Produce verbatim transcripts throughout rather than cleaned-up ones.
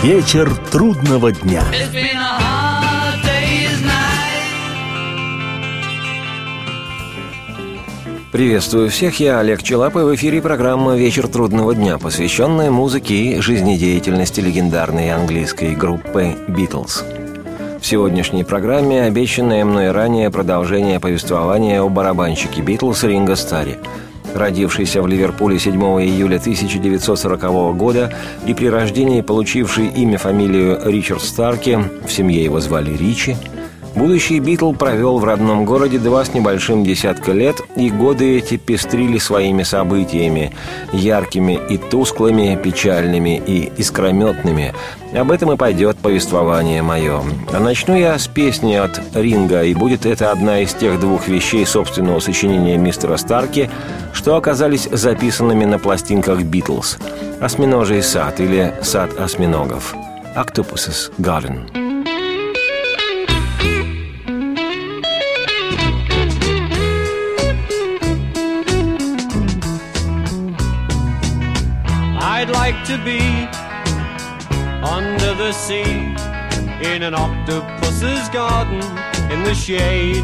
Вечер трудного дня. Приветствую всех, я Олег Челап, и в эфире программа «Вечер трудного дня», посвященная музыке и жизнедеятельности легендарной английской группы «Битлз». В сегодняшней программе обещанное мной ранее продолжение повествования о барабанщике «Битлз» Ринго Старре. Родившийся в Ливерпуле седьмого июля тысяча девятьсот сорокового года и при рождении получивший имя-фамилию Ричард Старки, в семье его звали Ричи, будущий Битл провел в родном городе два с небольшим десятка лет, и годы эти пестрили своими событиями, яркими и тусклыми, печальными и искрометными. Об этом и пойдет повествование мое. А начну я с песни от Ринга, и будет это одна из тех двух вещей собственного сочинения мистера Старки, что оказались записанными на пластинках «Битлз» — «Осьминожий сад» или «Сад осьминогов» — «Octopus's Garden». I'd like to be under the sea in an octopus's garden in the shade.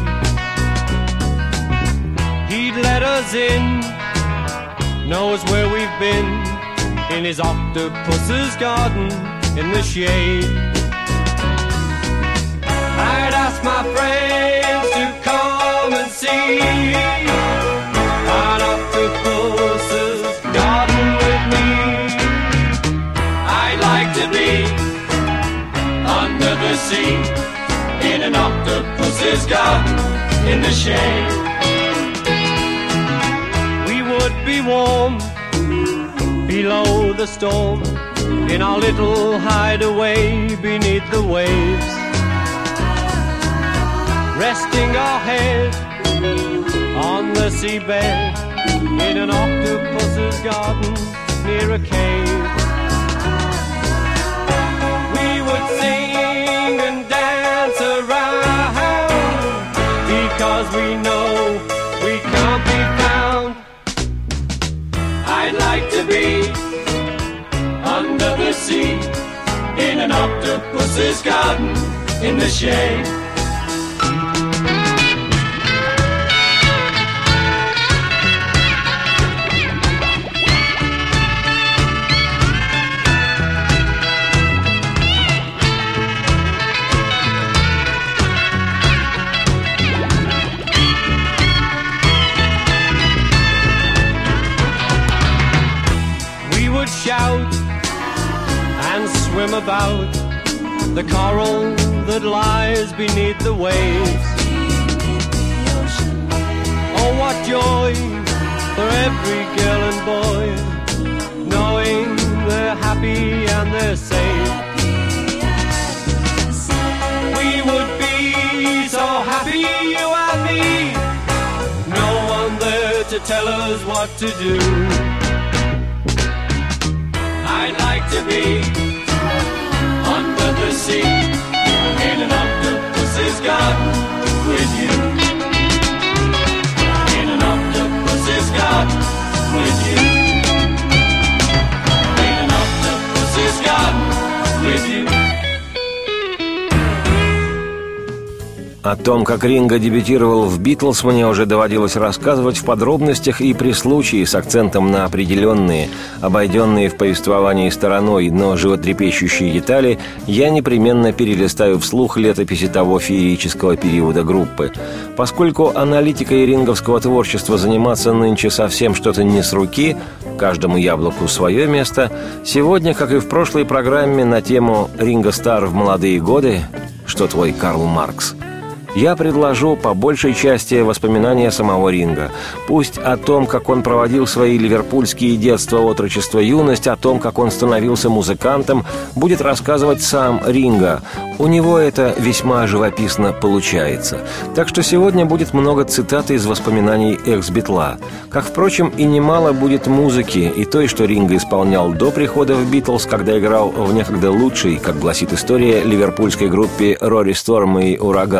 He'd let us in, knows where we've been, in his octopus's garden in the shade. I'd ask my friends to come and see an octopus's garden with me. I'd like to be under the sea in an octopus's garden in the shade. We would be warm below the storm in our little hideaway beneath the waves, resting our head on the seabed in an octopus's garden near a cave. We would sing and dance around because we know we can't be found. I'd like to be under the sea in an octopus's garden in the shade. Shout and swim about the coral that lies beneath the waves. Oh, what joy for every girl and boy, knowing they're happy and they're safe. We would be so happy, you and me, no one there to tell us what to do. I'd like to be under the sea in an octopus's garden with you. In an octopus's garden with you. In an octopus's garden with you. О том, как Ринго дебютировал в «Битлз», мне уже доводилось рассказывать в подробностях и при случае с акцентом на определенные, обойденные в повествовании стороной, но животрепещущие детали я непременно перелистаю вслух летописи того феерического периода группы. Поскольку аналитикой ринговского творчества заниматься нынче совсем что-то не с руки, каждому яблоку свое место, сегодня, как и в прошлой программе на тему «Ринго Старр в молодые годы», что твой Карл Маркс, я предложу по большей части воспоминания самого Ринго. Пусть о том, как он проводил свои ливерпульские детство, отрочество, юность, о том, как он становился музыкантом, будет рассказывать сам Ринго. У него это весьма живописно получается. Так что сегодня будет много цитат из воспоминаний экс-битла. Как, впрочем, и немало будет музыки, и той, что Ринго исполнял до прихода в «Битлз», когда играл в некогда лучшей, как гласит история, ливерпульской группе «Рори Сторм» и «Ураганы»,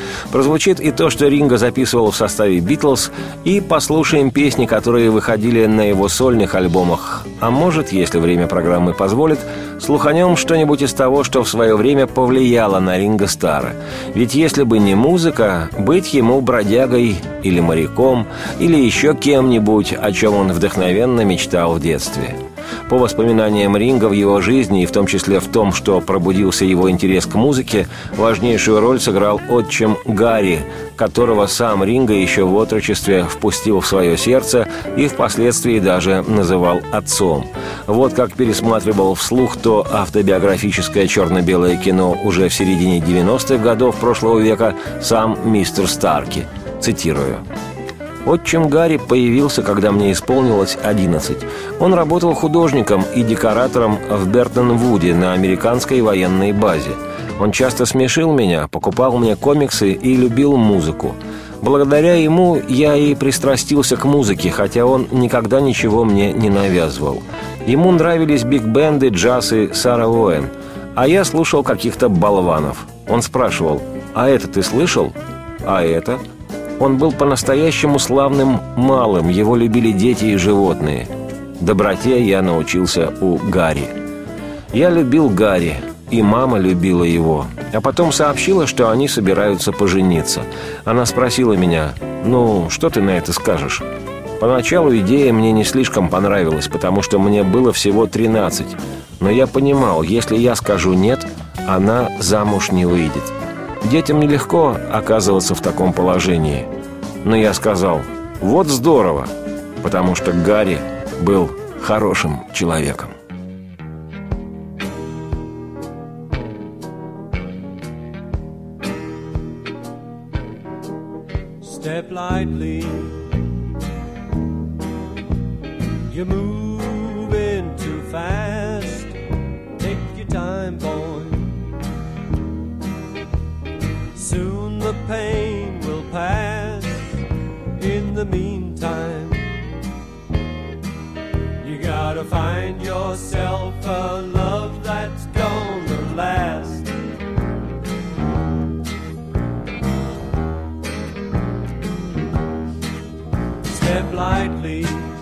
Прозвучит и то, что Ринго записывал в составе «Битлз», и послушаем песни, которые выходили на его сольных альбомах. А может, если время программы позволит, слуханем что-нибудь из того, что в свое время повлияло на Ринго Старра. Ведь если бы не музыка, быть ему бродягой или моряком, или еще кем-нибудь, о чем он вдохновенно мечтал в детстве. По воспоминаниям Ринго в его жизни, и в том числе в том, что пробудился его интерес к музыке, важнейшую роль сыграл отчим Гарри, которого сам Ринго еще в отрочестве впустил в свое сердце и впоследствии даже называл отцом. Вот как пересматривал вслух то автобиографическое черно-белое кино уже в середине девяностых годов прошлого века сам мистер Старки. Цитирую. «Отчим Гарри появился, когда мне исполнилось одиннадцать. Он работал художником и декоратором в Бертон-Вуде на американской военной базе. Он часто смешил меня, покупал мне комиксы и любил музыку. Благодаря ему я и пристрастился к музыке, хотя он никогда ничего мне не навязывал. Ему нравились биг-бенды, джаз и Сара Уэн, а я слушал каких-то болванов. Он спрашивал: «А это ты слышал? А это?» Он был по-настоящему славным малым, его любили дети и животные. Доброте я научился у Гарри. Я любил Гарри, и мама любила его. А потом сообщила, что они собираются пожениться. Она спросила меня: «Ну, что ты на это скажешь?» Поначалу идея мне не слишком понравилась, потому что мне было всего тринадцать. Но я понимал, если я скажу «нет», она замуж не выйдет. Детям нелегко оказываться в таком положении. Но я сказал: «Вот здорово», потому что Гарри был хорошим человеком. Step lightly, you're moving too fast. Take your time, boy. Soon the pain will pass. In the meantime, you gotta find yourself a love that's gonna last. Step lightly,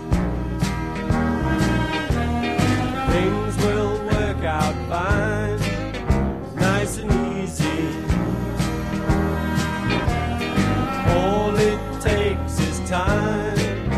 things will work out fine, nice and easy. All it takes is time.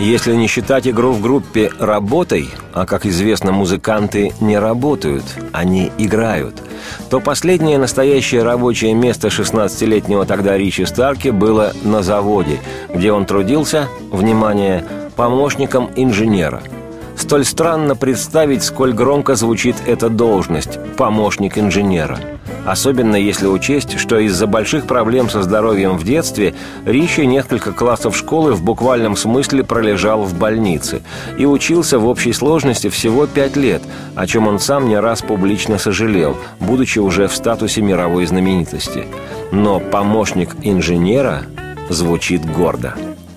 Если не считать игру в группе работой, а, как известно, музыканты не работают, они играют, то последнее настоящее рабочее место шестнадцатилетнего тогда Ричи Старки было на заводе, где он трудился, внимание, помощником инженера. Столь странно представить, сколь громко звучит эта должность – помощник инженера. Особенно если учесть, что из-за больших проблем со здоровьем в детстве Ричи несколько классов школы в буквальном смысле пролежал в больнице и учился в общей сложности всего пять лет, о чем он сам не раз публично сожалел, будучи уже в статусе мировой знаменитости. Но помощник инженера звучит гордо.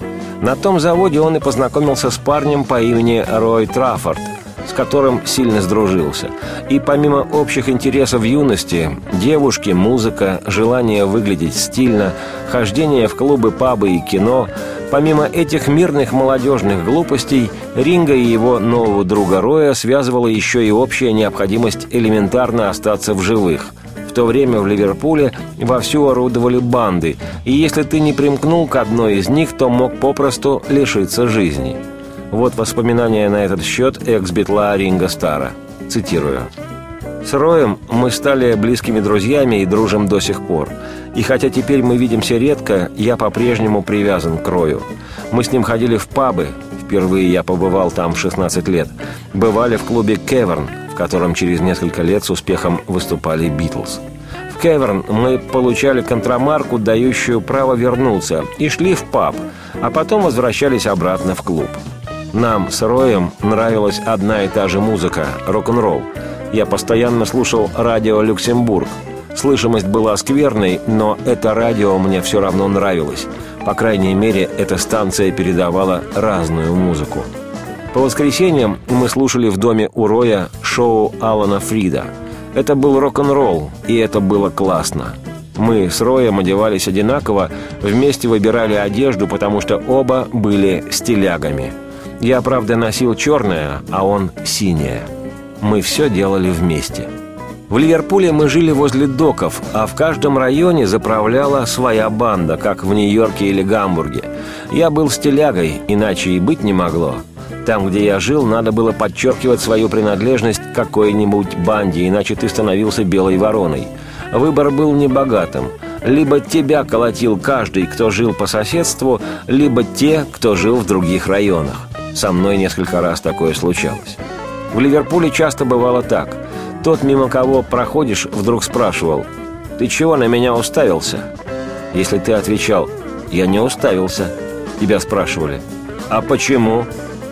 На том заводе он и познакомился с парнем по имени Рой Траффорд, с которым сильно сдружился. И помимо общих интересов юности – девушки, музыка, желание выглядеть стильно, хождение в клубы, пабы и кино – помимо этих мирных молодежных глупостей, Ринго и его нового друга Роя связывала еще и общая необходимость элементарно остаться в живых. В то время в Ливерпуле вовсю орудовали банды, и если ты не примкнул к одной из них, то мог попросту лишиться жизни. Вот воспоминания на этот счет экс-битла Ринго Стара. Цитирую. «С Роем мы стали близкими друзьями и дружим до сих пор. И хотя теперь мы видимся редко, я по-прежнему привязан к Рою. Мы с ним ходили в пабы, впервые я побывал там в шестнадцать лет, бывали в клубе «Кеверн», в котором через несколько лет с успехом выступали «Битлз». В «Кеверн» мы получали контрамарку, дающую право вернуться, и шли в паб, а потом возвращались обратно в клуб. Нам с Роем нравилась одна и та же музыка – рок-н-ролл. Я постоянно слушал радио «Люксембург». Слышимость была скверной, но это радио мне все равно нравилось. По крайней мере, эта станция передавала разную музыку. По воскресеньям мы слушали в доме у Роя шоу Алана Фрида. Это был рок-н-ролл, и это было классно. Мы с Роем одевались одинаково, вместе выбирали одежду, потому что оба были стилягами. Я, правда, носил черное, а он синее. Мы все делали вместе. В Ливерпуле мы жили возле доков, а в каждом районе заправляла своя банда, как в Нью-Йорке или Гамбурге. Я был стилягой, иначе и быть не могло. Там, где я жил, надо было подчеркивать свою принадлежность к какой-нибудь банде, иначе ты становился белой вороной. Выбор был небогатым. Либо тебя колотил каждый, кто жил по соседству, либо те, кто жил в других районах. Со мной несколько раз такое случалось. В Ливерпуле часто бывало так. Тот, мимо кого проходишь, вдруг спрашивал: «Ты чего на меня уставился?» Если ты отвечал: «Я не уставился», тебя спрашивали: «А почему?»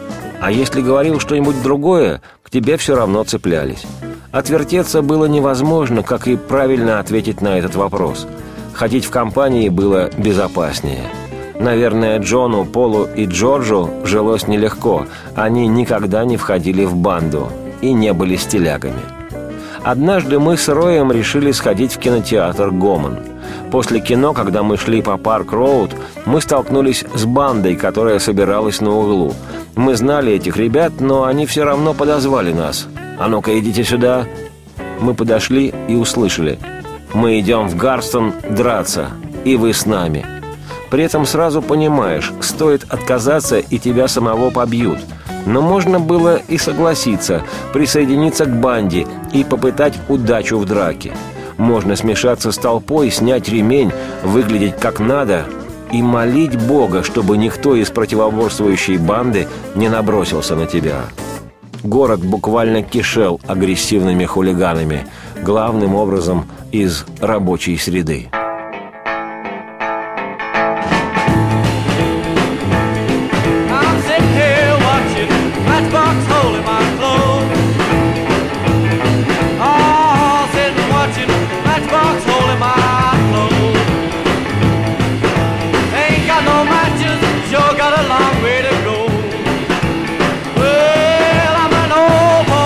А если говорил что-нибудь другое, к тебе все равно цеплялись. Отвертеться было невозможно, как и правильно ответить на этот вопрос. Ходить в компании было безопаснее. Наверное, Джону, Полу и Джорджу жилось нелегко. Они никогда не входили в банду и не были стилягами. Однажды мы с Роем решили сходить в кинотеатр «Гомон». После кино, когда мы шли по Парк-Роуд, мы столкнулись с бандой, которая собиралась на углу. Мы знали этих ребят, но они все равно подозвали нас. «А ну-ка, идите сюда!» Мы подошли и услышали: «Мы идем в Гарстон драться, и вы с нами». При этом сразу понимаешь, стоит отказаться, и тебя самого побьют. Но можно было и согласиться, присоединиться к банде и попытать удачу в драке. Можно смешаться с толпой, снять ремень, выглядеть как надо и молить Бога, чтобы никто из противоборствующей банды не набросился на тебя. Город буквально кишел агрессивными хулиганами, главным образом из рабочей среды.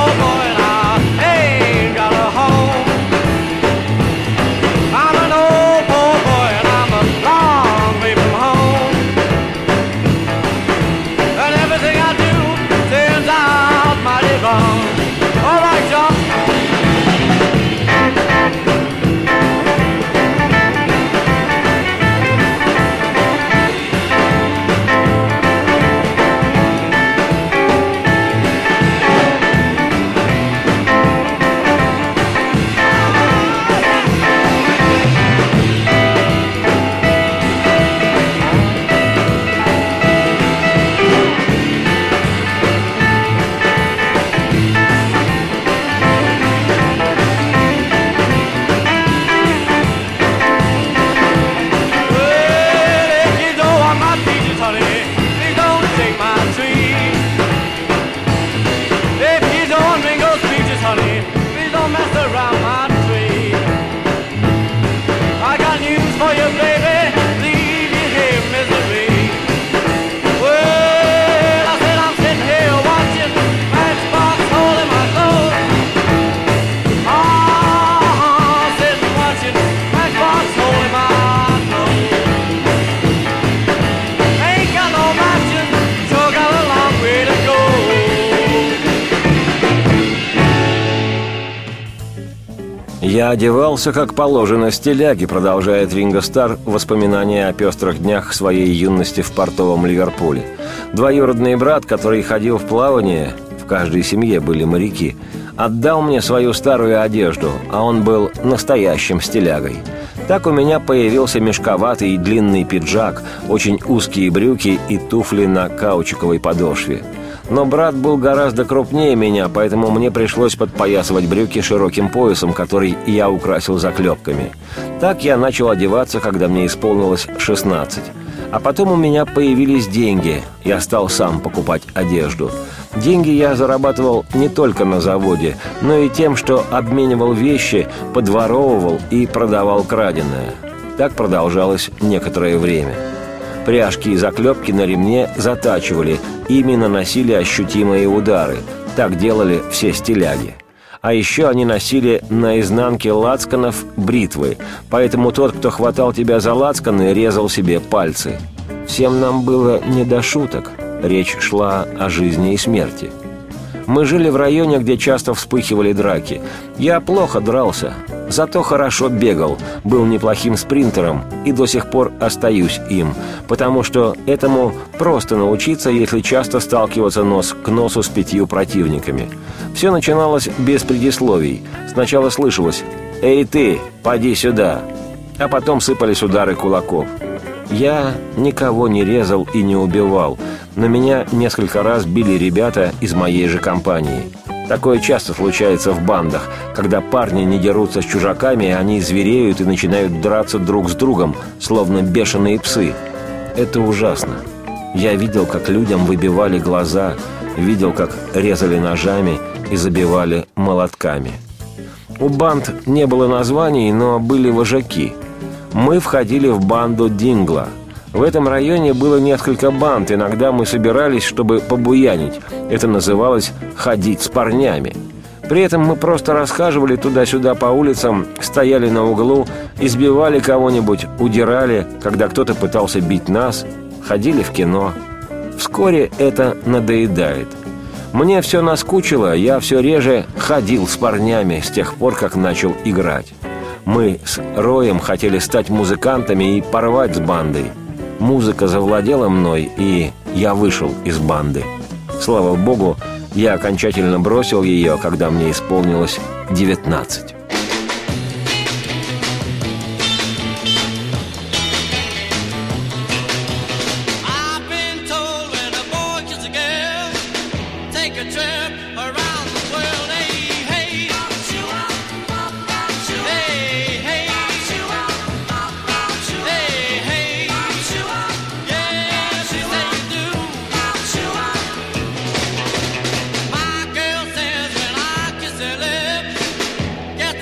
I'm an old «Я одевался, как положено, стиляги», — продолжает Ринго Старр воспоминания о пестрых днях своей юности в портовом Ливерпуле. «Двоюродный брат, который ходил в плавание, в каждой семье были моряки, отдал мне свою старую одежду, а он был настоящим стилягой. Так у меня появился мешковатый и длинный пиджак, очень узкие брюки и туфли на каучуковой подошве. Но брат был гораздо крупнее меня, поэтому мне пришлось подпоясывать брюки широким поясом, который я украсил заклепками. Так я начал одеваться, когда мне исполнилось шестнадцать. А потом у меня появились деньги, я стал сам покупать одежду. Деньги я зарабатывал не только на заводе, но и тем, что обменивал вещи, подворовывал и продавал краденое. Так продолжалось некоторое время. Пряжки и заклепки на ремне затачивали, ими наносили ощутимые удары. Так делали все стиляги. А еще они носили на изнанке лацканов бритвы, поэтому тот, кто хватал тебя за лацканы, резал себе пальцы. Всем нам было не до шуток. Речь шла о жизни и смерти. Мы жили в районе, где часто вспыхивали драки. Я плохо дрался, зато хорошо бегал, был неплохим спринтером и до сих пор остаюсь им, потому что этому просто научиться, если часто сталкиваться нос к носу с пятью противниками. Все начиналось без предисловий. Сначала слышалось «Эй ты, поди сюда!», а потом сыпались удары кулаков. Я никого не резал и не убивал, но меня несколько раз били ребята из моей же компании. Такое часто случается в бандах, когда парни не дерутся с чужаками, они звереют и начинают драться друг с другом, словно бешеные псы. Это ужасно. Я видел, как людям выбивали глаза, видел, как резали ножами и забивали молотками. У банд не было названий, но были вожаки. Мы входили в банду Дингла. В этом районе было несколько банд, иногда мы собирались, чтобы побуянить. Это называлось «ходить с парнями». При этом мы просто расхаживали туда-сюда по улицам, стояли на углу, избивали кого-нибудь, удирали, когда кто-то пытался бить нас, ходили в кино. Вскоре это надоедает. Мне все наскучило, я все реже ходил с парнями с тех пор, как начал играть. Мы с Роем хотели стать музыкантами и порвать с бандой. Музыка завладела мной, и я вышел из банды. Слава богу, я окончательно бросил ее, когда мне исполнилось девятнадцать. Get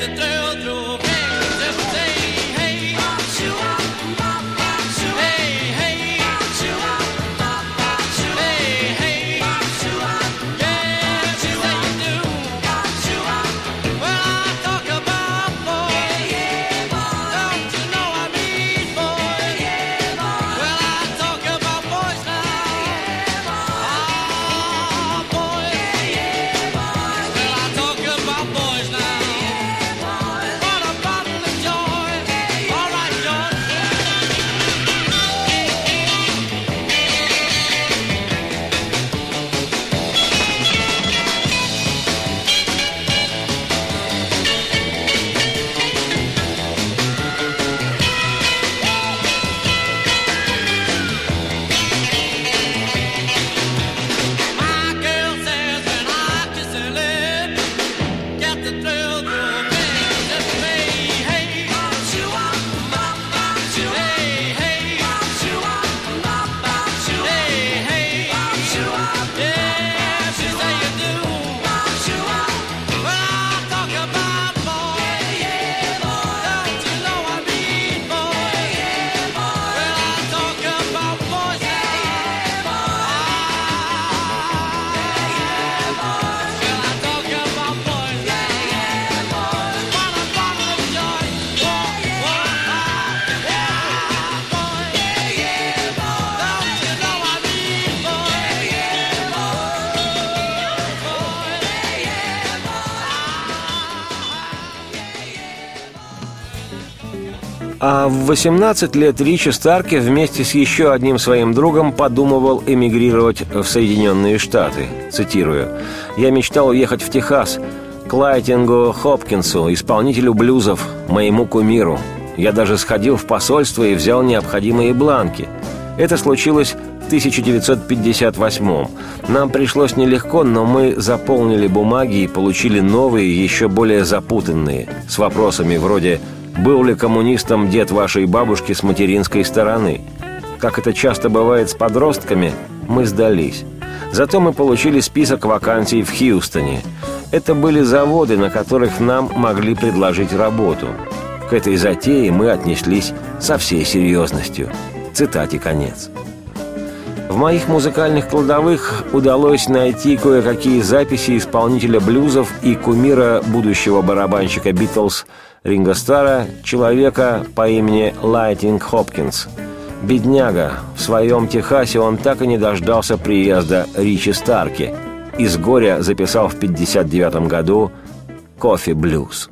А в восемнадцать лет Ричи Старки вместе с еще одним своим другом подумывал эмигрировать в Соединенные Штаты. Цитирую: «Я мечтал уехать в Техас, к Лайтингу Хопкинсу, исполнителю блюзов, моему кумиру. Я даже сходил в посольство и взял необходимые бланки. Это случилось в тысяча девятьсот пятьдесят восьмом. Нам пришлось нелегко, но мы заполнили бумаги и получили новые, еще более запутанные, с вопросами вроде: был ли коммунистом дед вашей бабушки с материнской стороны? Как это часто бывает с подростками, мы сдались. Зато мы получили список вакансий в Хьюстоне. Это были заводы, на которых нам могли предложить работу. К этой затее мы отнеслись со всей серьезностью». Цитате конец. В моих музыкальных кладовых удалось найти кое-какие записи исполнителя блюзов и кумира будущего барабанщика «Битлз» Ринго Стара, человека по имени Лайтинг Хопкинс. Бедняга, в своем Техасе он так и не дождался приезда Ричи Старки. Из горя записал в пятьдесят девятом году «Кофе Блюз».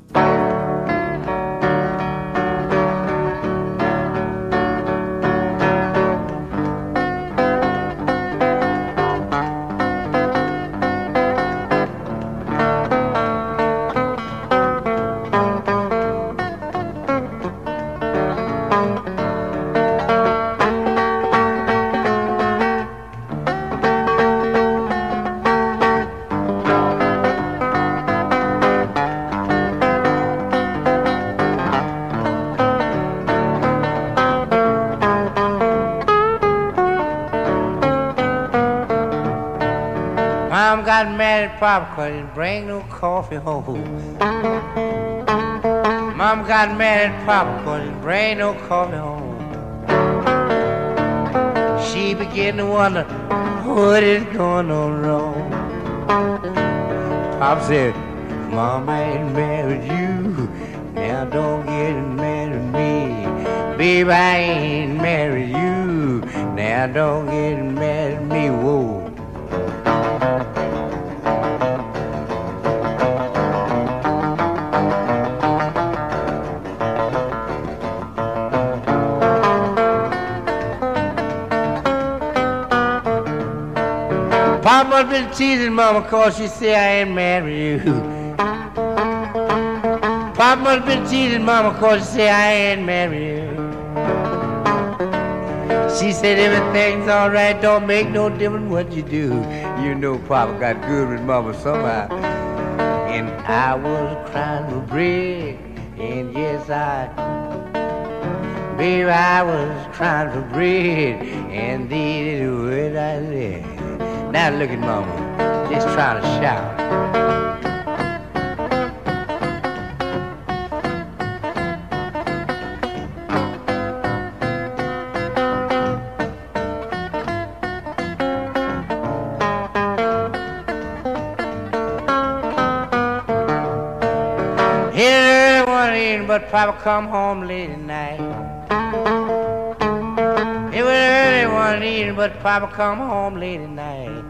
Mom got mad at Papa 'cause he didn't bring no coffee home. Mom got mad at Papa 'cause he didn't bring no coffee home. She began to wonder what is going on wrong. Papa said, Mom, I ain't mad at you. Now don't get mad at me. Baby, I ain't mad at you. Now don't get mad at me. Whoa. Papa must been teasing Mama 'cause she say I ain't mad at you. Papa must been teasing Mama 'cause she say I ain't mad at you. She said everything's all right, don't make no difference what you do. You know Papa got good with Mama somehow. And I was crying for bread, and yes I, baby, I was crying for bread, and these is what I said. Now look at Mama, just trying to shout. Hit early one evening, but Papa come home late at night. It was early one evening, but Papa come home late at night.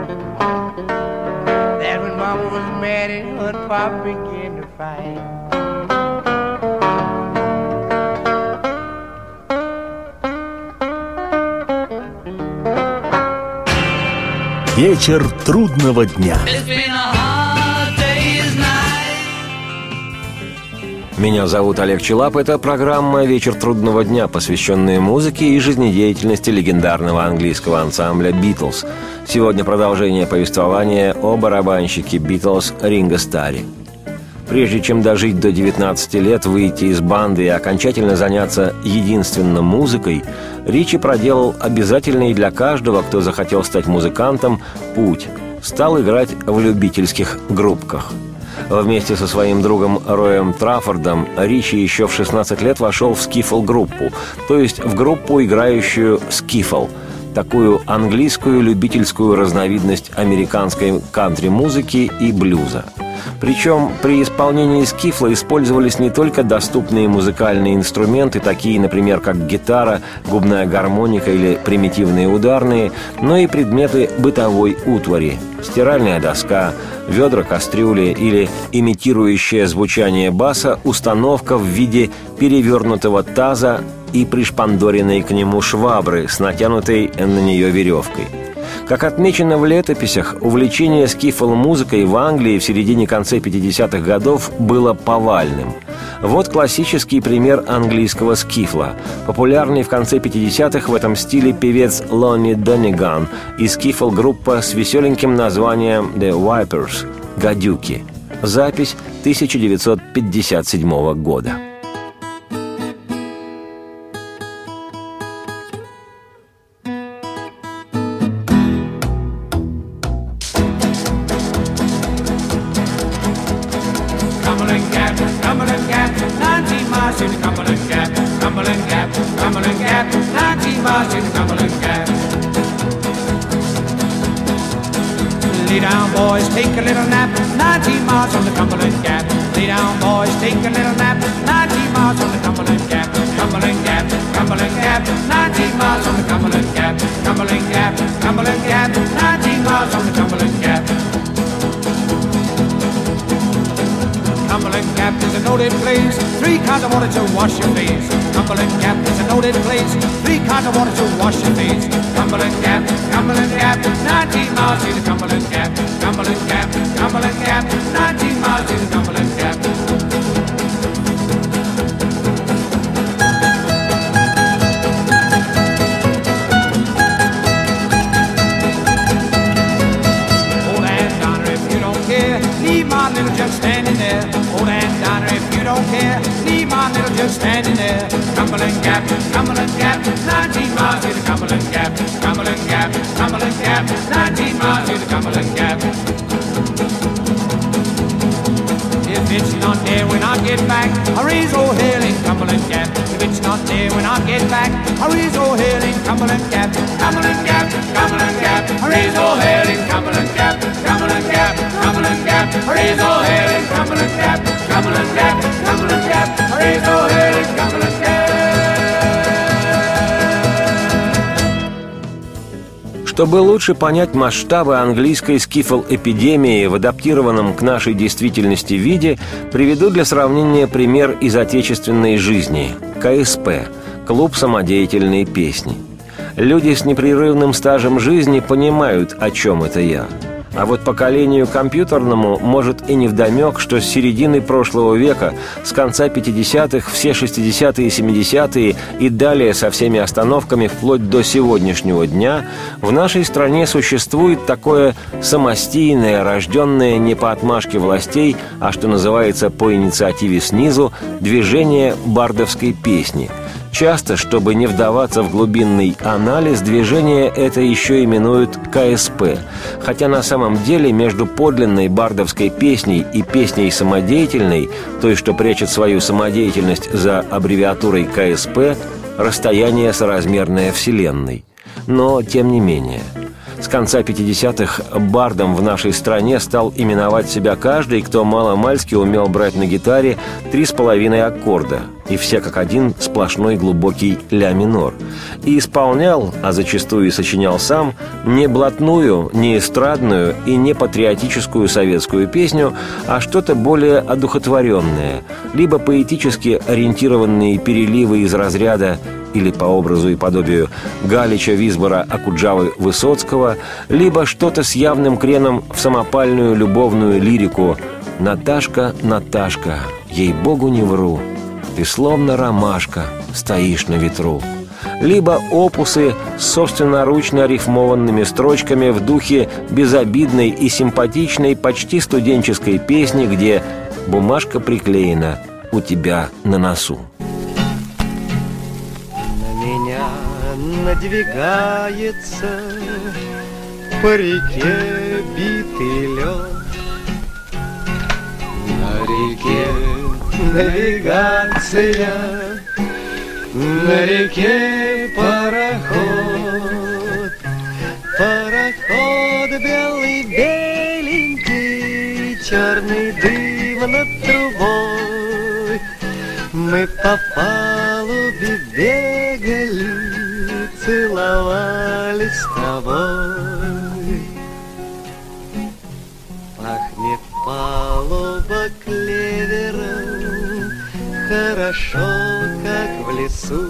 That's when Mama was mad and her and Papa began to fight. Вечер трудного дня. Меня зовут Олег Челап. Это программа «Вечер трудного дня», посвященная музыке и жизнедеятельности легендарного английского ансамбля «Битлз». Сегодня продолжение повествования о барабанщике «Битлз» Ринго Старре. Прежде чем дожить до девятнадцати лет, выйти из банды и окончательно заняться единственно музыкой, Ричи проделал обязательный для каждого, кто захотел стать музыкантом, путь. Стал играть в любительских группках. Вместе со своим другом Роем Траффордом Ричи еще в шестнадцать лет вошел в скифл-группу, то есть в группу, играющую скифл, такую английскую любительскую разновидность американской кантри-музыки и блюза. Причем при исполнении скифла использовались не только доступные музыкальные инструменты, такие, например, как гитара, губная гармоника или примитивные ударные, но и предметы бытовой утвари – стиральная доска, ведра, кастрюли или имитирующая звучание баса установка в виде перевернутого таза и пришпандоренной к нему швабры с натянутой на нее веревкой. Как отмечено в летописях, увлечение скифл-музыкой в Англии в середине-конце пятидесятых годов было повальным. Вот классический пример английского скифла. Популярный в конце пятидесятых в этом стиле певец Лонни Дониган и скифл-группа с веселеньким названием «The Vipers» – «Гадюки». Запись тысяча девятьсот пятьдесят седьмого года. Lay down, boys, take a little nap. nineteen miles from the Cumberland Gap. Lay down, boys, take a little nap. nineteen miles from the Cumberland Gap. Cumberland Gap, Cumberland Gap. nineteen miles from the Cumberland Gap. Cumberland Gap, Cumberland Gap. nineteen miles from the Cumberland Gap. Cumberland Gap is a noted place. Three kinds of water to wash your face. Cumberland Gap is a noted place. Three kinds of water to wash your face. Cumberland Gap, Cumberland Gap. nineteen miles to the Cumberland Gap. Cumberland Gap, Cumberland Gap. nineteen miles to the Cumberland Gap. Old Aunt Donna, if you don't care, leave my little jug standing there. Old Aunt Donna, if you don't care, leave my little jug standing there. Cumberland Gap, Cumberland Gap, nineteen miles to the Cumberland Gap. Cumberland Gap, Cumberland Gap, nineteen miles to the Cumberland Gap. If it's not there when I get back, I raise old hell in Cumberland Gap. If it's not there when I get back, I raise old hell in Cumberland Gap. Cumberland Gap, Cumberland Gap, I raise old hell in Cumberland Gap. Cumberland Gap, Cumberland Gap, I raise old hell in Cumberland Gap. Cumberland Gap, Cumberland Gap, I raise old hell in Cumberland Gap. Чтобы лучше понять масштабы английской скифл-эпидемии в адаптированном к нашей действительности виде, приведу для сравнения пример из отечественной жизни – ка эс пэ – Клуб самодеятельной песни. Люди с непрерывным стажем жизни понимают, о чем это я. А вот поколению компьютерному может и невдомек, что с середины прошлого века, с конца пятидесятых, все шестидесятые и семидесятые и далее со всеми остановками вплоть до сегодняшнего дня в нашей стране существует такое самостийное, рожденное не по отмашке властей, а что называется по инициативе снизу, движение бардовской песни. Часто, чтобы не вдаваться в глубинный анализ, движение это еще именуют ка эс пэ, хотя на самом деле между подлинной бардовской песней и песней самодеятельной, той, что прячет свою самодеятельность за аббревиатурой ка эс пэ, расстояние соразмерное Вселенной. Но тем не менее. С конца пятидесятых бардом в нашей стране стал именовать себя каждый, кто мало-мальски умел брать на гитаре три с половиной аккорда, и все как один сплошной глубокий ля минор, и исполнял, а зачастую и сочинял сам, не блатную, не эстрадную и не патриотическую советскую песню, а что-то более одухотворенное, либо поэтически ориентированные переливы из разряда или по образу и подобию Галича, Висбора, Окуджавы, Высоцкого, либо что-то с явным креном в самопальную любовную лирику «Наташка, Наташка, ей-богу не вру, ты словно ромашка, стоишь на ветру», либо опусы с собственноручно рифмованными строчками в духе безобидной и симпатичной почти студенческой песни, где «бумажка приклеена у тебя на носу». Надвигается по реке битый лед. На реке навигация, на реке пароход. Пароход белый, беленький, черный дым над трубой. Мы по палубе бегали, целовались с тобой. Пахнет лесу,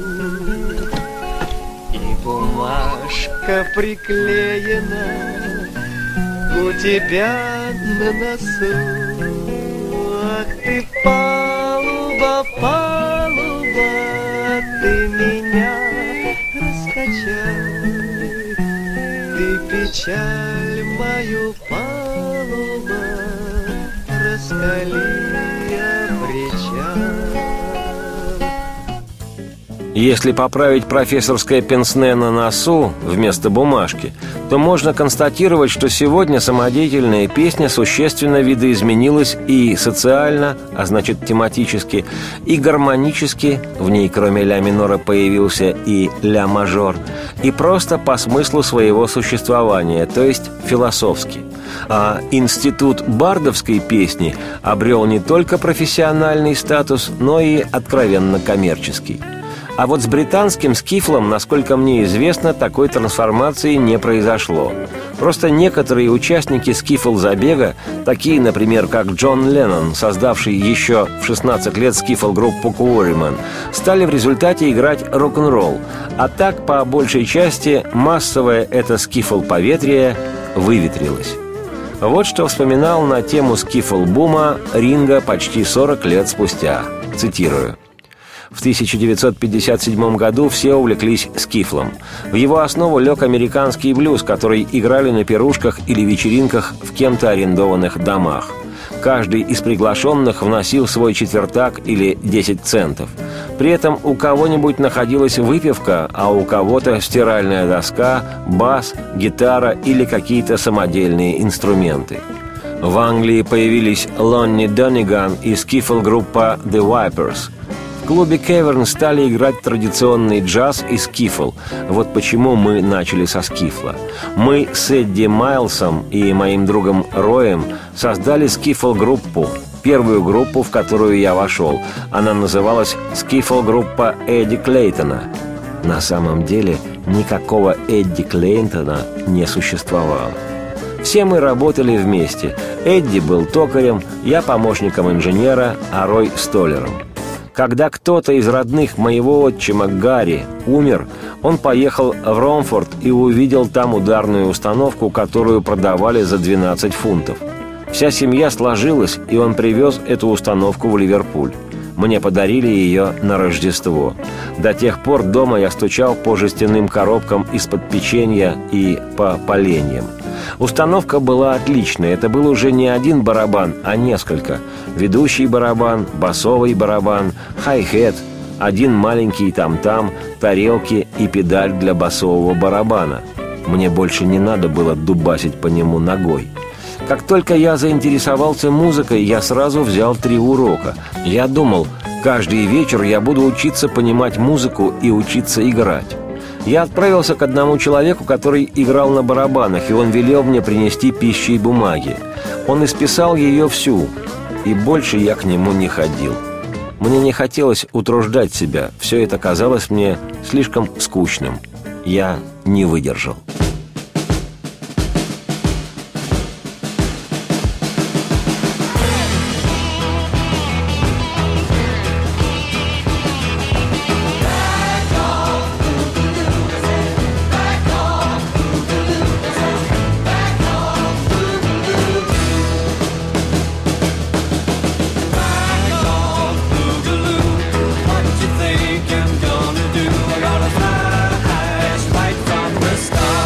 и бумажка приклеена у тебя на носу. Ах ты, палуба, палуба, ты меня раскачай, ты печаль мою, палуба, раскали причал. Если поправить профессорское пенсне на носу вместо бумажки, то можно констатировать, что сегодня самодеятельная песня существенно видоизменилась и социально, а значит тематически, и гармонически, в ней кроме ля минора появился и ля мажор, и просто по смыслу своего существования, то есть философски. А институт бардовской песни обрел не только профессиональный статус, но и откровенно коммерческий. А вот с британским скифлом, насколько мне известно, такой трансформации не произошло. Просто некоторые участники скифл-забега, такие, например, как Джон Леннон, создавший еще в шестнадцать лет скифл-группу Quarrymen, стали в результате играть рок-н-ролл. А так, по большей части, массовое это скифл-поветрие выветрилось. Вот что вспоминал на тему скифл-бума Ринго почти сорок лет спустя. Цитирую. В тысяча девятьсот пятьдесят седьмом году все увлеклись скифлом. В его основу лег американский блюз, который играли на пирушках или вечеринках в кем-то арендованных домах. Каждый из приглашенных вносил свой четвертак или десять центов. При этом у кого-нибудь находилась выпивка, а у кого-то стиральная доска, бас, гитара или какие-то самодельные инструменты. В Англии появились Лонни Дониган и скифл-группа The Vipers. В клубе Кеверн стали играть традиционный джаз и скифл. Вот почему мы начали со скифла. Мы с Эдди Майлсом и моим другом Роем создали скифл-группу. Первую группу, в которую я вошел. Она называлась «Скифл-группа Эдди Клейтона». На самом деле никакого Эдди Клейтона не существовало. Все мы работали вместе. Эдди был токарем, я помощником инженера, а Рой – столяром. Когда кто-то из родных моего отчима Гарри умер, он поехал в Ромфорд и увидел там ударную установку, которую продавали за двенадцать фунтов. Вся семья сложилась, и он привез эту установку в Ливерпуль. Мне подарили ее на Рождество. До тех пор дома я стучал по жестяным коробкам из-под печенья и по поленьям. Установка была отличная. Это был уже не один барабан, а несколько. Ведущий барабан, басовый барабан, хай-хет, один маленький там-там, тарелки и педаль для басового барабана. Мне больше не надо было дубасить по нему ногой. Как только я заинтересовался музыкой, я сразу взял три урока. Я думал, каждый вечер я буду учиться понимать музыку и учиться играть. Я отправился к одному человеку, который играл на барабанах, и он велел мне принести пищи и бумаги. Он исписал ее всю, и больше я к нему не ходил. Мне не хотелось утруждать себя, все это казалось мне слишком скучным. Я не выдержал. Think I'm gonna do? I gotta fly right from the start.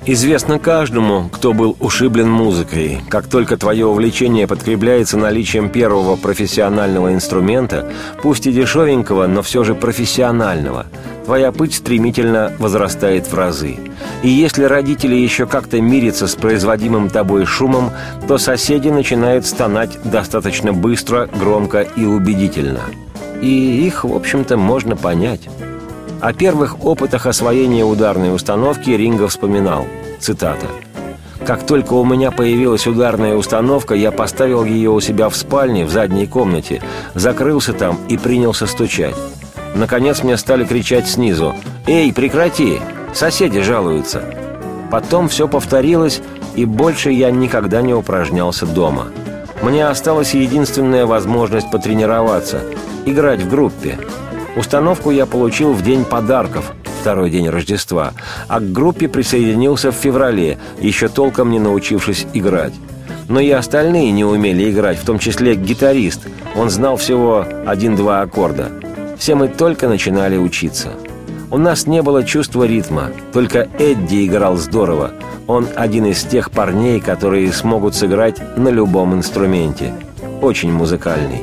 Известно каждому, кто был ушиблен музыкой. Как только твое увлечение подкрепляется наличием первого профессионального инструмента, пусть и дешевенького, но все же профессионального, твоя пыть стремительно возрастает в разы. И если родители еще как-то мирятся с производимым тобой шумом, то соседи начинают стонать достаточно быстро, громко и убедительно. И их, в общем-то, можно понять. О первых опытах освоения ударной установки Ринго вспоминал, цитата: «Как только у меня появилась ударная установка, я поставил ее у себя в спальне, в задней комнате, закрылся там и принялся стучать. Наконец мне стали кричать снизу: «Эй, прекрати! Соседи жалуются!» Потом все повторилось, и больше я никогда не упражнялся дома. Мне осталась единственная возможность потренироваться – играть в группе. Установку я получил в день подарков, второй день Рождества, а к группе присоединился в феврале, еще толком не научившись играть. Но и остальные не умели играть, в том числе гитарист. Он знал всего один-два аккорда. Все мы только начинали учиться. У нас не было чувства ритма, только Эдди играл здорово. Он один из тех парней, которые смогут сыграть на любом инструменте. Очень музыкальный.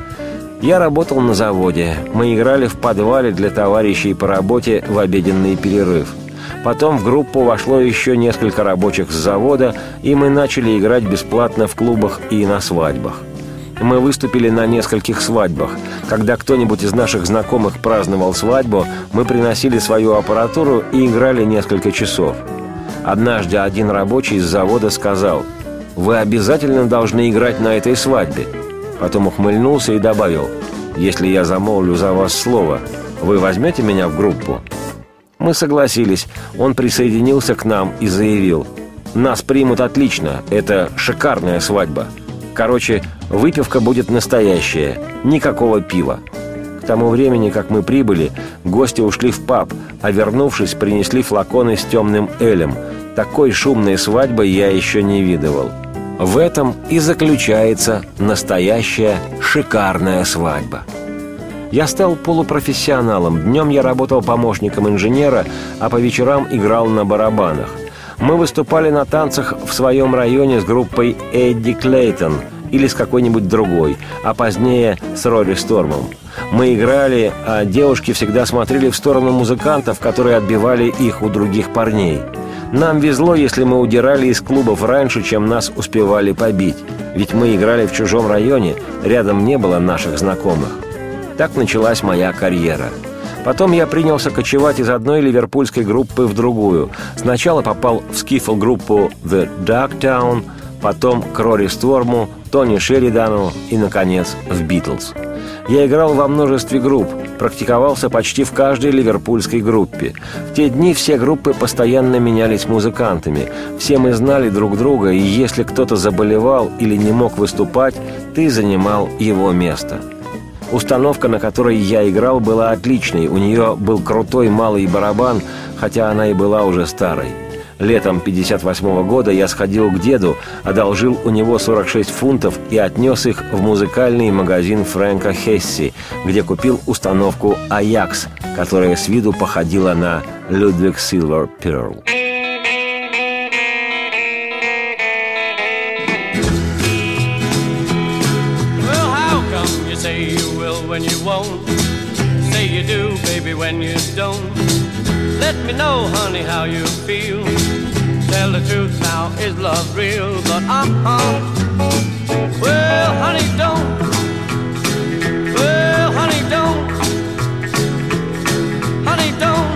Я работал на заводе. Мы играли в подвале для товарищей по работе в обеденный перерыв. Потом в группу вошло еще несколько рабочих с завода, и мы начали играть бесплатно в клубах и на свадьбах. Мы выступили на нескольких свадьбах. Когда кто-нибудь из наших знакомых праздновал свадьбу, мы приносили свою аппаратуру и играли несколько часов. Однажды один рабочий с завода сказал: «Вы обязательно должны играть на этой свадьбе». Потом ухмыльнулся и добавил: «Если я замолвлю за вас слово, вы возьмете меня в группу?» Мы согласились. Он присоединился к нам и заявил: «Нас примут отлично, это шикарная свадьба. Короче, выпивка будет настоящая, никакого пива». К тому времени, как мы прибыли, гости ушли в паб, а вернувшись, принесли флаконы с темным элем. Такой шумной свадьбы я еще не видывал. В этом и заключается настоящая шикарная свадьба. Я стал полупрофессионалом. Днем я работал помощником инженера, а по вечерам играл на барабанах. Мы выступали на танцах в своем районе с группой Эдди Клейтон или с какой-нибудь другой, а позднее с Рори Стормом. Мы играли, а девушки всегда смотрели в сторону музыкантов, которые отбивали их у других парней. Нам везло, если мы удирали из клубов раньше, чем нас успевали побить. Ведь мы играли в чужом районе, рядом не было наших знакомых. Так началась моя карьера. Потом я принялся кочевать из одной ливерпульской группы в другую. Сначала попал в скифл-группу The Dogtown, потом к Рори Сторму, Тони Шеридану и, наконец, в Битлз. Я играл во множестве групп, практиковался почти в каждой ливерпульской группе. В те дни все группы постоянно менялись музыкантами. Все мы знали друг друга, и если кто-то заболевал или не мог выступать, ты занимал его место. Установка, на которой я играл, была отличной. У нее был крутой малый барабан, хотя она и была уже старой. Летом пятьдесят восьмого года я сходил к деду, одолжил у него сорок шесть фунтов и отнес их в музыкальный магазин Фрэнка Хесси, где купил установку «Аякс», которая с виду походила на «Ludwig Silver Pearl». When you won't, say you do, baby, when you don't. Let me know, honey, how you feel. Tell the truth now, is love real? But uh-uh, well, honey, don't. Well, honey, don't. Honey, don't.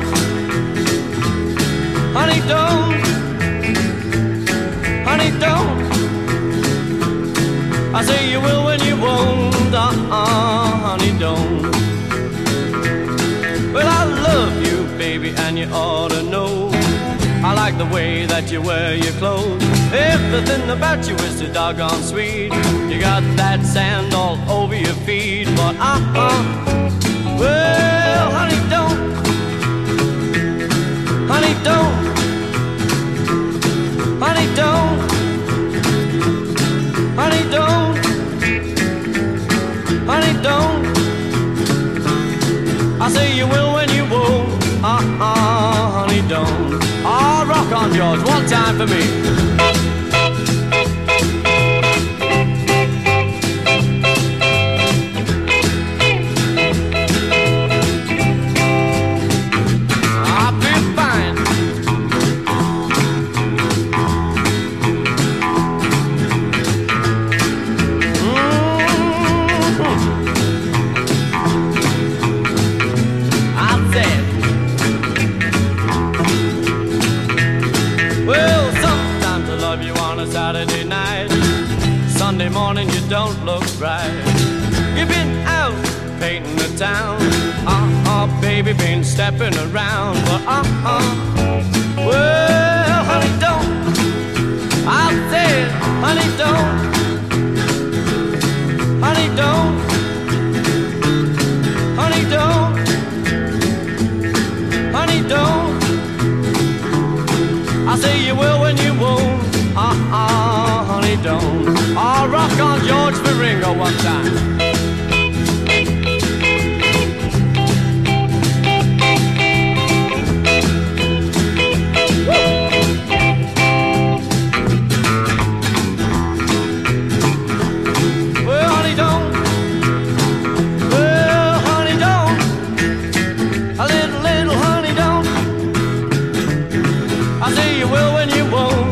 Honey, don't. Honey, don't. I say you will when you won't. Uh-uh, honey, don't. Well, I love you, baby, and you ought to know. I like the way that you wear your clothes. Everything about you is so doggone sweet. You got that sand all over your feet. But uh-uh, well, honey, don't. Honey, don't. Honey, don't. Honey, don't. Honey, don't. I say you will when you won't. Uh-uh, honey, don't. Ah, rock on, George, one time for me. Saturday night, Sunday morning you don't look right. You've been out painting the town, uh-uh, baby, been stepping around, but uh-uh, well, honey, don't, I said, honey, don't, honey, don't, honey, don't, honey, don't, I say you will when you won't. Uh-uh, honey, don't. I'll rock on George Ferringo one time. Well, honey, don't. Well, honey, don't. A little, little honey, don't. I say you will when you won't.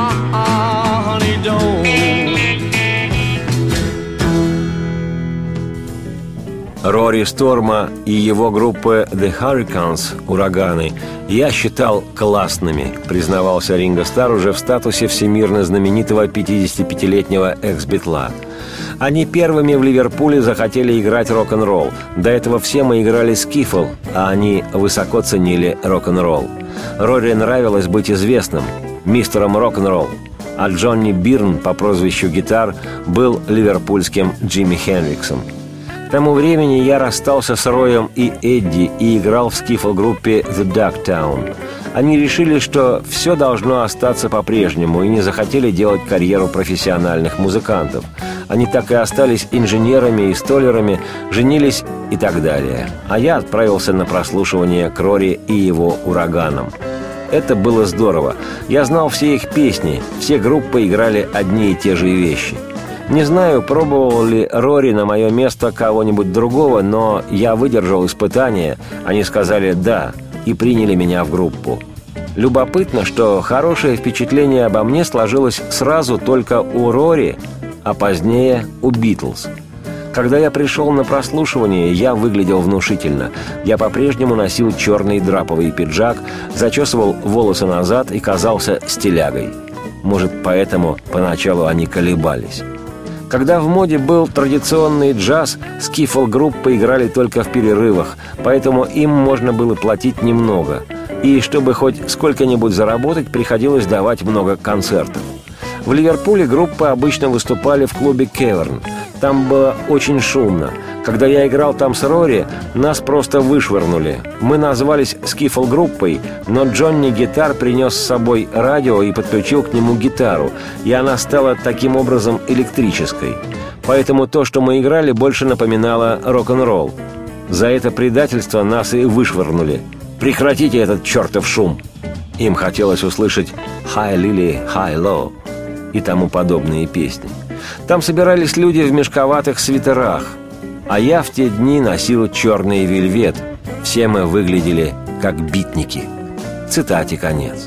Рори Сторма и его группы The Hurricanes, «Ураганы», я считал классными, признавался Ринго Старр уже в статусе всемирно знаменитого пятидесятипятилетнего экс-битла. Они первыми в Ливерпуле захотели играть рок-н-ролл. До этого все мы играли скифл, а они высоко ценили рок-н-ролл. Рори нравилось быть известным, мистером рок-н-ролл, а Джонни Бирн по прозвищу «Гитар» был ливерпульским Джимми Хендриксом. К тому времени я расстался с Роем и Эдди и играл в скифл-группе The Dogtown. Они решили, что все должно остаться по-прежнему и не захотели делать карьеру профессиональных музыкантов. Они так и остались инженерами и столярами, женились и так далее. А я отправился на прослушивание к Рори и его «Ураганам». Это было здорово. Я знал все их песни, все группы играли одни и те же вещи. Не знаю, пробовал ли Рори на мое место кого-нибудь другого, но я выдержал испытание. Они сказали «да» и приняли меня в группу. Любопытно, что хорошее впечатление обо мне сложилось сразу только у Рори, а позднее у Битлз. Когда я пришел на прослушивание, я выглядел внушительно. Я по-прежнему носил черный драповый пиджак, зачесывал волосы назад и казался стилягой. Может, поэтому поначалу они колебались. Когда в моде был традиционный джаз, скифл-группы играли только в перерывах, поэтому им можно было платить немного. И чтобы хоть сколько-нибудь заработать, приходилось давать много концертов. В Ливерпуле группы обычно выступали в клубе «Кеверн». Там было очень шумно. Когда я играл там с Рори, нас просто вышвырнули. Мы назвались скифл-группой, но Джонни Гитар принес с собой радио и подключил к нему гитару, и она стала таким образом электрической. Поэтому то, что мы играли, больше напоминало рок-н-ролл. За это предательство нас и вышвырнули. «Прекратите этот чертов шум!» Им хотелось услышать «High Lily, High Low» и тому подобные песни. Там собирались люди в мешковатых свитерах, а я в те дни носил черный вельвет. Все мы выглядели как битники. Цитате конец.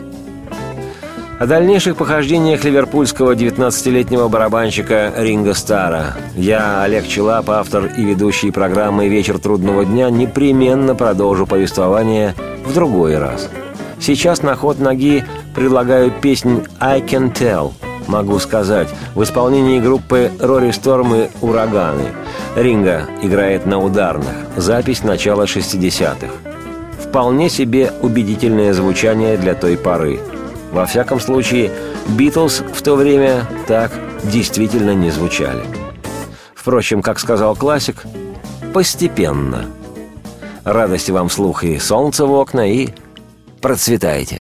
О дальнейших похождениях ливерпульского девятнадцатилетнего барабанщика Ринго Старра я, Олег Челап, автор и ведущий программы «Вечер трудного дня», непременно продолжу повествование в другой раз. Сейчас на ход ноги предлагаю песню «I Can Tell», могу сказать, в исполнении группы Рори Сторм и «Ураганы». Ринго играет на ударных. Запись начала шестидесятых. Вполне себе убедительное звучание для той поры. Во всяком случае, «Битлз» в то время так действительно не звучали. Впрочем, как сказал классик, постепенно. Радости вам вслух и солнца в окна, и процветайте!